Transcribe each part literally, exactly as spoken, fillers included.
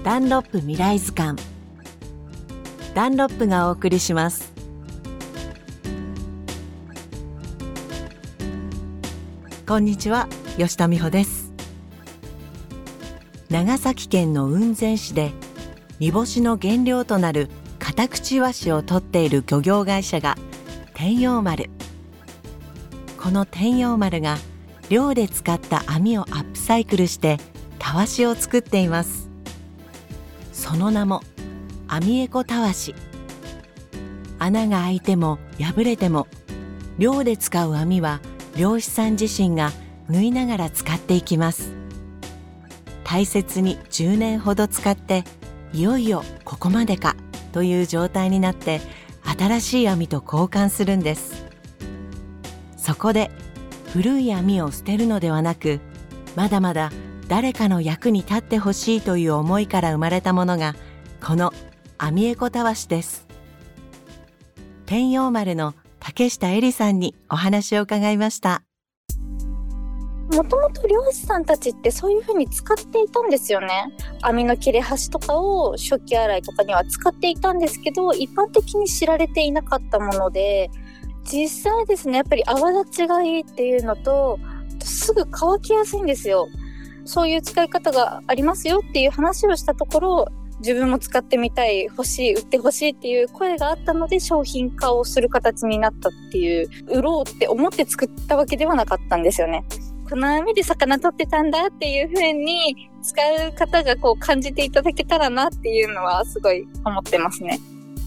ダンロップ未来図鑑。ダンロップがお送りします。こんにちは、吉田美穂です。長崎県の雲仙市で煮干しの原料となるカタクチイワシを取っている漁業会社が天陽丸。この天陽丸が漁で使った網をアップサイクルしてたわしを作っています。その名も網エコたわし。穴が開いても破れても漁で使う網は漁師さん自身が縫いながら使っていきます。大切にじゅうねんほど使っていよいよここまでかという状態になって新しい網と交換するんです。そこで古い網を捨てるのではなく、まだまだ誰かの役に立ってほしいという思いから生まれたものがこの網エコたわしです。天陽丸の竹下恵里さんにお話を伺いました。 もともと漁師さんたちってそういう風に使っていたんですよね。網の切れ端とかを食器洗いとかには使っていたんですけど、一般的に知られていなかったもので、実際ですね、やっぱり泡立ちがいいっていうのと、すぐ乾きやすいんですよ。そういう使い方がありますよっていう話をしたところ、自分も使ってみたい、欲しい、売ってほしいっていう声があったので商品化をする形になったっていう、売ろうって思って作ったわけではなかったんですよね。この網で魚取ってたんだっていう風に使う方がこう感じていただけたらなっていうのはすごい思ってますね。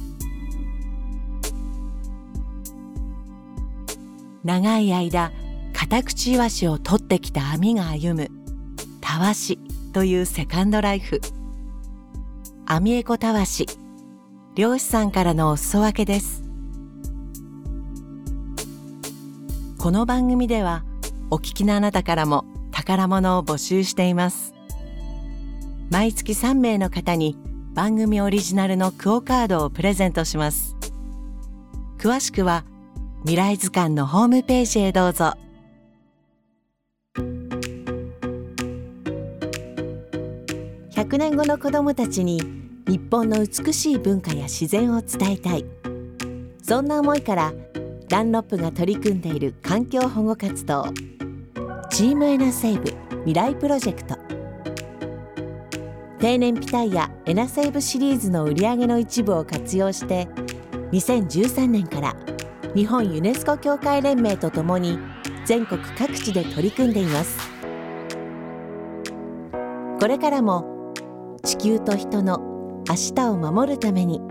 長い間カタクチイワシを取ってきた網が歩むたわしというセカンドライフ。網エコたわし、漁師さんからのお裾分けです。この番組ではお聞きのあなたからも宝物を募集しています。毎月さんめいの方に番組オリジナルのクオカードをプレゼントします。詳しくは未来図鑑のホームページへどうぞ。ひゃくねんごの子どもたちに日本の美しい文化や自然を伝えたい。そんな思いからダンロップが取り組んでいる環境保護活動、チームエナセーブ未来プロジェクト。低燃費タイヤエナセーブシリーズの売り上げの一部を活用してにせんじゅうさんねんから日本ユネスコ協会連盟とともに全国各地で取り組んでいます。これからも地球と人の明日を守るために。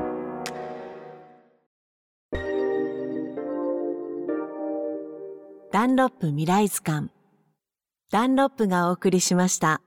ダンロップ未来図鑑。ダンロップがお送りしました。